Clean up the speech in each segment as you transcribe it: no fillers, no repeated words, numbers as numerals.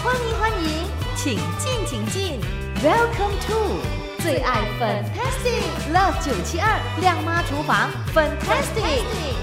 欢迎，请进，请进。Welcome to 最爱 Fantastic Love 972亮妈厨房 Fantastic。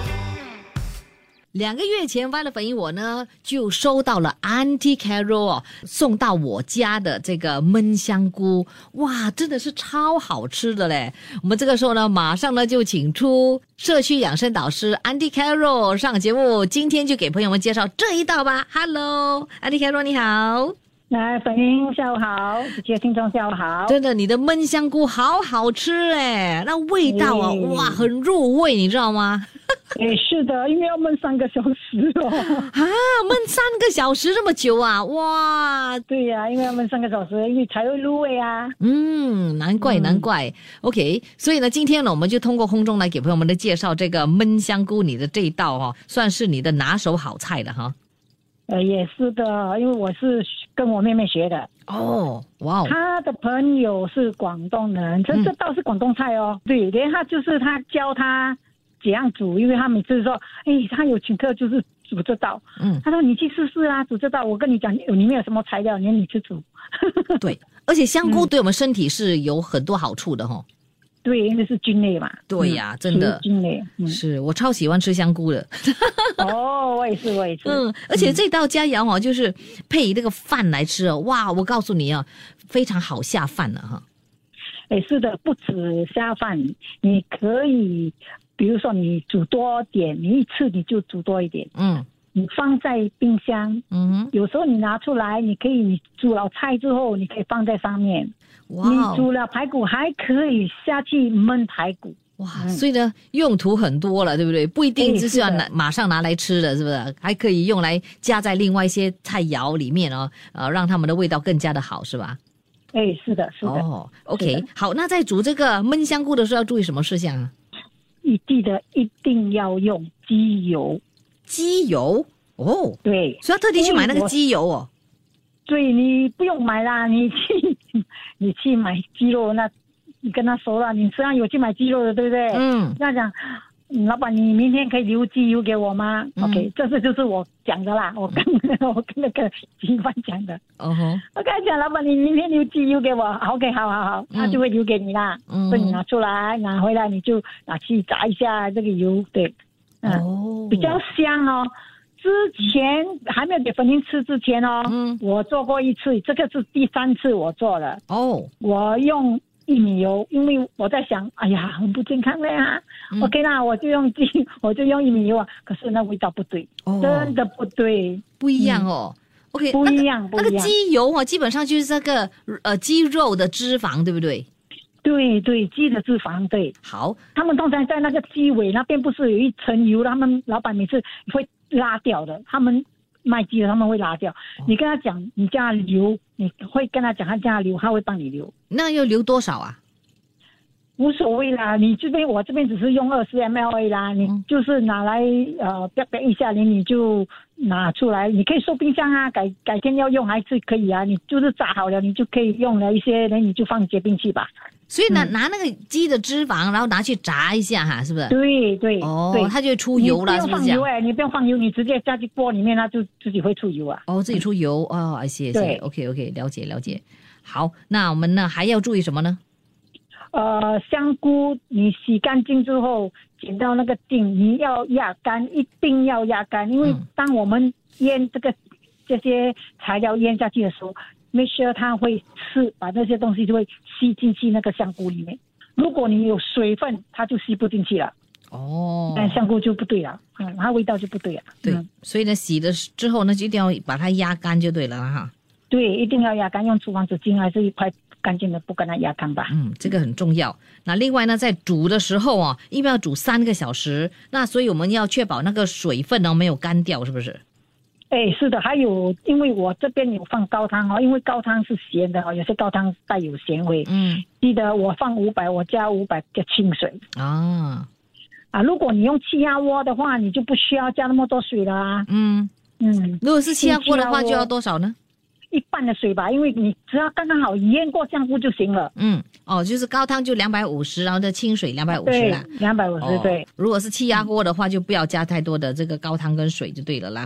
2个月前 Violet 粉英我呢就收到了 Auntie Carol 送到我家的这个焖香菇，哇，真的是超好吃的嘞！我们这个时候呢，马上呢就请出社区养生导师 Auntie Carol 上节目，今天就给朋友们介绍这一道吧。Hello Auntie Carol 你好。 来，粉英下午好，直接听众下午好。 真的，你的焖香菇好好吃哎，那味道啊，哇，很入味，你知道吗？ 是的，因为要焖3个小时哦。 啊，焖3个小时这么久啊？哇， 对呀，因为要焖3个小时，因为才会入味啊。 难怪。OK， 所以呢，今天呢，我们就通过空中来给朋友们的介绍这个焖香菇，你的这一道哈，算是你的拿手好菜了哈。 也是的，因为我是跟我妹妹学的。 哦，哇哦！ 她的朋友是广东人，这道是广东菜哦。对，连他教他怎样煮，因为他每次说，他有请客就是煮这道。他说你去试试啊，煮这道。我跟你讲，里面有什么材料，你去煮。 对，而且香菇对我们身体是有很多好处的哦。 对，因为是菌类嘛。 对呀，真的菌类。 是我超喜欢吃香菇的。 我也是。 而且这道佳肴哦，就是配那个饭来吃哦，哇！我告诉你啊，非常好下饭了哈。 是的，不止下饭，你可以，比如说你煮多点，你一次你就煮多一点。你放在冰箱。有时候你拿出来，你煮了菜之后，你可以放在上面。 哇， 你煮了排骨还可以下去焖排骨。 哇，所以呢用途很多了，对不对？不一定就是要马上拿来吃的，是不是？还可以用来加在另外一些菜肴里面哦，让它们的味道更加的好，是吧？ 是的。 哦 ，OK， 好，那在煮这个焖香菇的时候要注意什么事项啊？ 你记得一定要用鸡油。 鸡油？哦， 对， 所以要特地去买那个鸡油哦。 对，你不用买啦，你去买鸡肉，那你跟他说了，你身上有去买鸡肉的，对不对？那讲，老板，你明天可以留鸡油给我吗？OK， 这就是我讲的啦，我跟那个鸡饭讲的。我跟他讲，老板，你明天留鸡油给我 ，OK， 好，他就会留给你啦。所以你拿出来，拿回来你就拿去炸一下这个油，对，比较香哦。之前还没有给粉英吃之前哦，我做过一次，这个是第3次我做了。我用薏米油，因为我在想，很不健康的呀。OK 啦，我就用薏米油啊，可是那味道不对，真的不对， 不一样哦。OK， 不一样。 那个鸡油哦，基本上就是这个鸡肉的脂肪，对不对？ 对，鸡的脂肪，对。 好， 他们通常在那个鸡尾那边不是有一层油，他们老板每次会拉掉的，他们卖鸡的他们会拉掉。你跟他讲，你叫他留，你会跟他讲，他叫他留，他会帮你留。 那要留多少啊？ 无所谓啦，我这边只是用20 ml 啦，你就是拿来煸一下，你就拿出来，你可以收冰箱啊，改天要用还是可以啊。你就是炸好了，你就可以用了一些，你就放结冰器吧。 所以拿那个鸡的脂肪，然后拿去炸一下哈，是不是？ 对。 它就会出油了，是不是这样？ 你不用放油，你直接加进锅里面，它就自己会出油啊。 自己出油I see。对 ，OK， 了解。好，那我们呢还要注意什么呢？ 香菇你洗干净之后，剪到那个茎，你要压干，一定要压干，因为当我们腌这些材料腌下去的时候，make sure 它会把那些东西就会吸进去那个香菇里面。如果你有水分，它就吸不进去了。那香菇就不对了，它味道就不对了。 对，所以呢，洗了之后呢，就一定要把它压干就对了哈。对， 一定要压干，用厨房纸巾还是一块干净的布跟它压干吧。 这个很重要。那另外呢，在煮的时候啊，一般要煮3个小时，那所以我们要确保那个水分呢没有干掉，是不是？ 是的，还有因为我这边有放高汤因为高汤是咸的有些高汤带有咸味。记得我放500，我加500个清水。如果你用气压锅的话，你就不需要加那么多水了啊。 如果是气压锅的话，就要多少呢？ 一半的水吧，因为你只要刚刚好腌过香菇就行了。 就是高汤就250，然后的清水250啦。 250，对。 如果是气压锅的话，就不要加太多的这个高汤跟水就对了啦哈。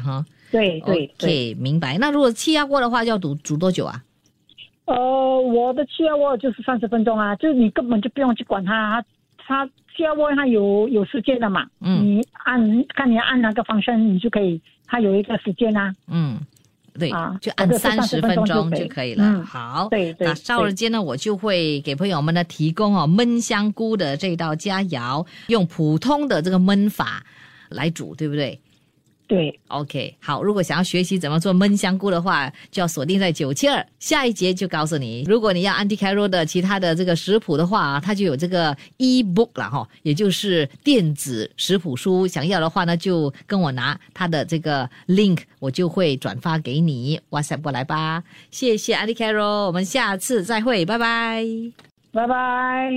对对 OK， 明白。那如果气压锅的话，要煮多久啊？ 我的气压锅就是30分钟啊，就是你根本就不用去管它气压锅它有时间的嘛，你看你按哪个方向，你就可以，它有一个时间啊。 对，就按30分钟就可以了。好， 对， 那稍后间呢，我就会给朋友们呢提供焖香菇的这道佳肴，用普通的这个焖法来煮，对不对？ 对 ，OK， 好。如果想要学习怎么做焖香菇的话，就要锁定在972，下一节就告诉你。如果你要 Auntie Carol 的其他的这个食谱的话，它就有这个 e-book 了也就是电子食谱书。想要的话呢，就跟我拿它的这个 link， 我就会转发给你 WhatsApp 过来吧。谢谢 Auntie Carol， 我们下次再会，拜拜， 拜拜。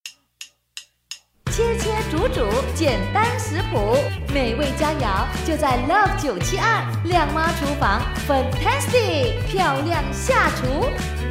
切切煮煮，简单食谱，美味佳肴就在 Love 972亮妈厨房 Fantastic 漂亮下厨。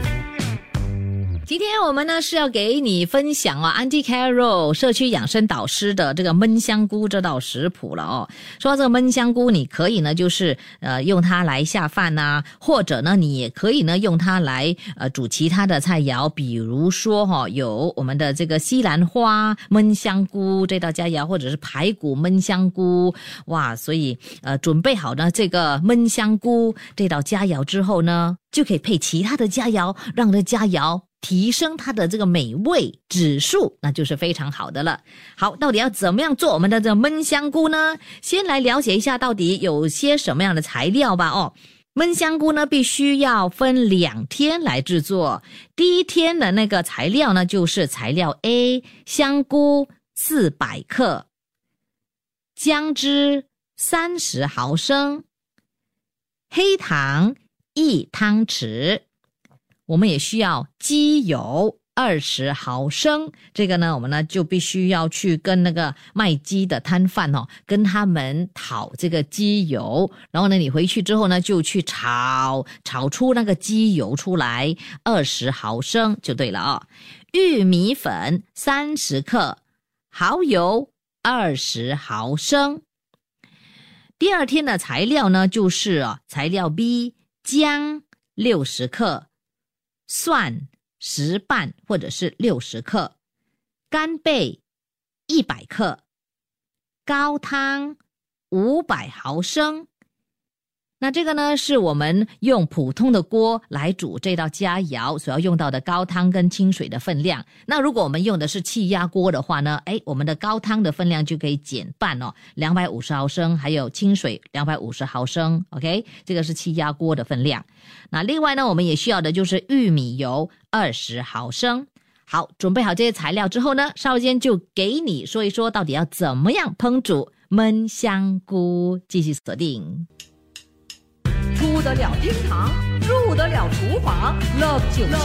今天我们呢是要给你分享Auntie Carol 社区养生导师的这个焖香菇这道食谱了说到这个焖香菇，你可以呢就是用它来下饭啊，或者呢你也可以呢用它来煮其他的菜肴，比如说有我们的这个西兰花焖香菇这道佳肴，或者是排骨焖香菇。哇，所以准备好呢这个焖香菇这道佳肴之后呢，就可以配其他的佳肴，让这佳肴提升它的这个美味指数，那就是非常好的了。好，到底要怎么样做我们的这个焖香菇呢？先来了解一下到底有些什么样的材料吧。焖香菇呢必须要分2天来制作。第一天的那个材料呢就是材料 A， 香菇400克，姜汁30毫升，黑糖1汤匙。我们也需要鸡油20毫升，这个呢我们呢就必须要去跟那个卖鸡的摊贩跟他们讨这个鸡油，然后呢你回去之后呢就去炒出那个鸡油出来，20毫升就对了玉米粉30克，蚝油20毫升。第二天的材料呢就是材料 B， 姜60克，蒜10瓣或者是60克，干贝100克，高汤500毫升。那这个呢是我们用普通的锅来煮这道佳肴所要用到的高汤跟清水的分量。那如果我们用的是气压锅的话呢，我们的高汤的分量就可以减半250毫升，还有清水250毫升 OK， 这个是气压锅的分量。那另外呢我们也需要的就是玉米油20毫升。好，准备好这些材料之后呢，稍后间就给你说一说到底要怎么样烹煮焖香菇，继续锁定。 出得了厅堂，入得了厨房 Love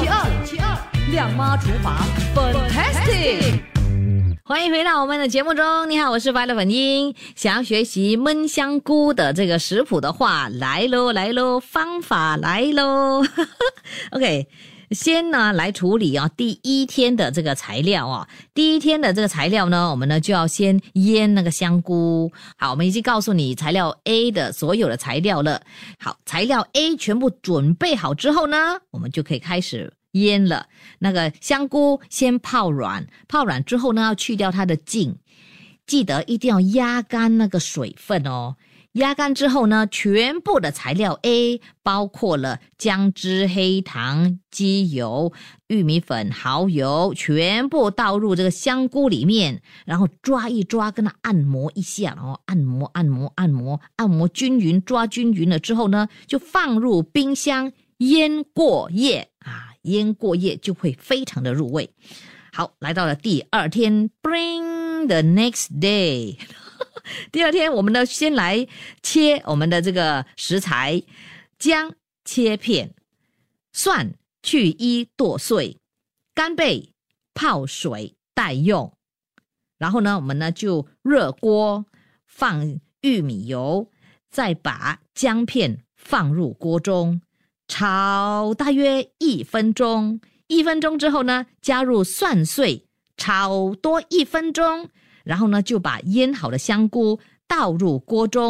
972亮妈厨房 Fantastic。 欢迎回到我们的节目中，你好，我是Violet粉英。想要学习焖香菇的这个食谱的话，来咯，方法来咯OK，先呢来处理第一天的这个材料第一天的这个材料呢，我们呢就要先腌那个香菇。好，我们已经告诉你材料 A 的所有的材料了。好，材料 A 全部准备好之后呢，我们就可以开始腌了。那个香菇先泡软之后呢，要去掉它的茎，记得一定要压干那个水分压干之后呢，全部的材料 A 包括了姜汁、黑糖、鸡油、玉米粉、蚝油，全部倒入这个香菇里面，然后抓一抓，跟它按摩一下，然后按摩均匀，抓均匀了之后呢，就放入冰箱腌过夜腌过夜就会非常的入味。好，来到了第二天 Bring the next day 第二天我们呢先来切我们的这个食材，姜切片，蒜去衣剁碎，干贝泡水待用。然后呢我们呢就热锅放玉米油，再把姜片放入锅中炒大约1分钟，1分钟之后呢加入蒜碎，炒多1分钟，然后呢就把腌好的香菇倒入锅中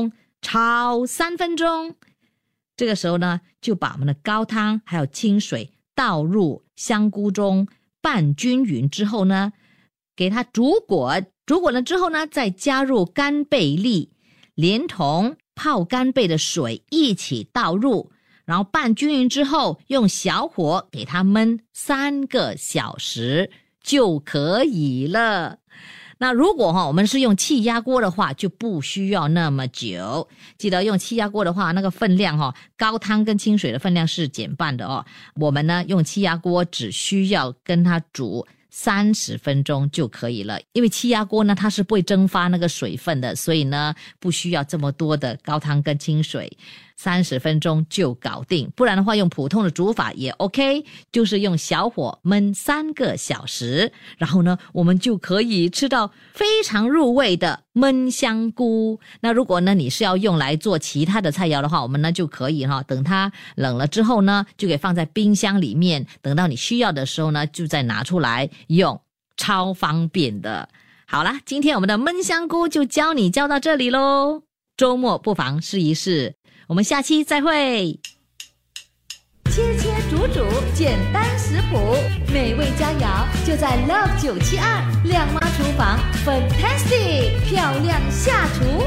炒3分钟。这个时候呢，就把我们的高汤还有清水倒入香菇中，拌均匀之后呢，给它煮滚。煮滚了之后呢，再加入干贝粒，连同泡干贝的水一起倒入，然后拌均匀之后，用小火给它焖3个小时就可以了。那如果我们是用气压锅的话，就不需要那么久。记得用气压锅的话，那个分量高汤跟清水的分量是减半的哦。我们呢用气压锅只需要跟它煮30分钟就可以了，因为气压锅呢它是不会蒸发那个水分的，所以呢不需要这么多的高汤跟清水，30分钟就搞定。不然的话用普通的煮法也 OK， 就是用小火焖3个小时，然后呢我们就可以吃到非常入味的焖香菇。那如果呢你是要用来做其他的菜肴的话，我们呢就可以等它冷了之后呢，就给放在冰箱里面，等到你需要的时候呢就再拿出来用，超方便的。好啦，今天我们的焖香菇就教到这里咯，周末不妨试一试，我们下期再会。 切切煮煮，简单食谱，美味佳肴就在 Love 972亮妈厨房 Fantastic 漂亮下厨。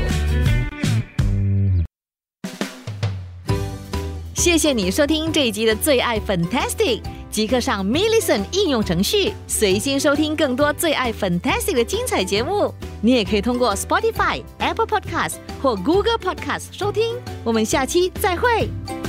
谢谢你收听这一集的最爱 Fantastic， 即刻上 Millicent 应用程序，随心收听更多最爱 Fantastic 的精彩节目。你也可以通过 Spotify、Apple Podcast 或 Google Podcast 收听。我们下期再会。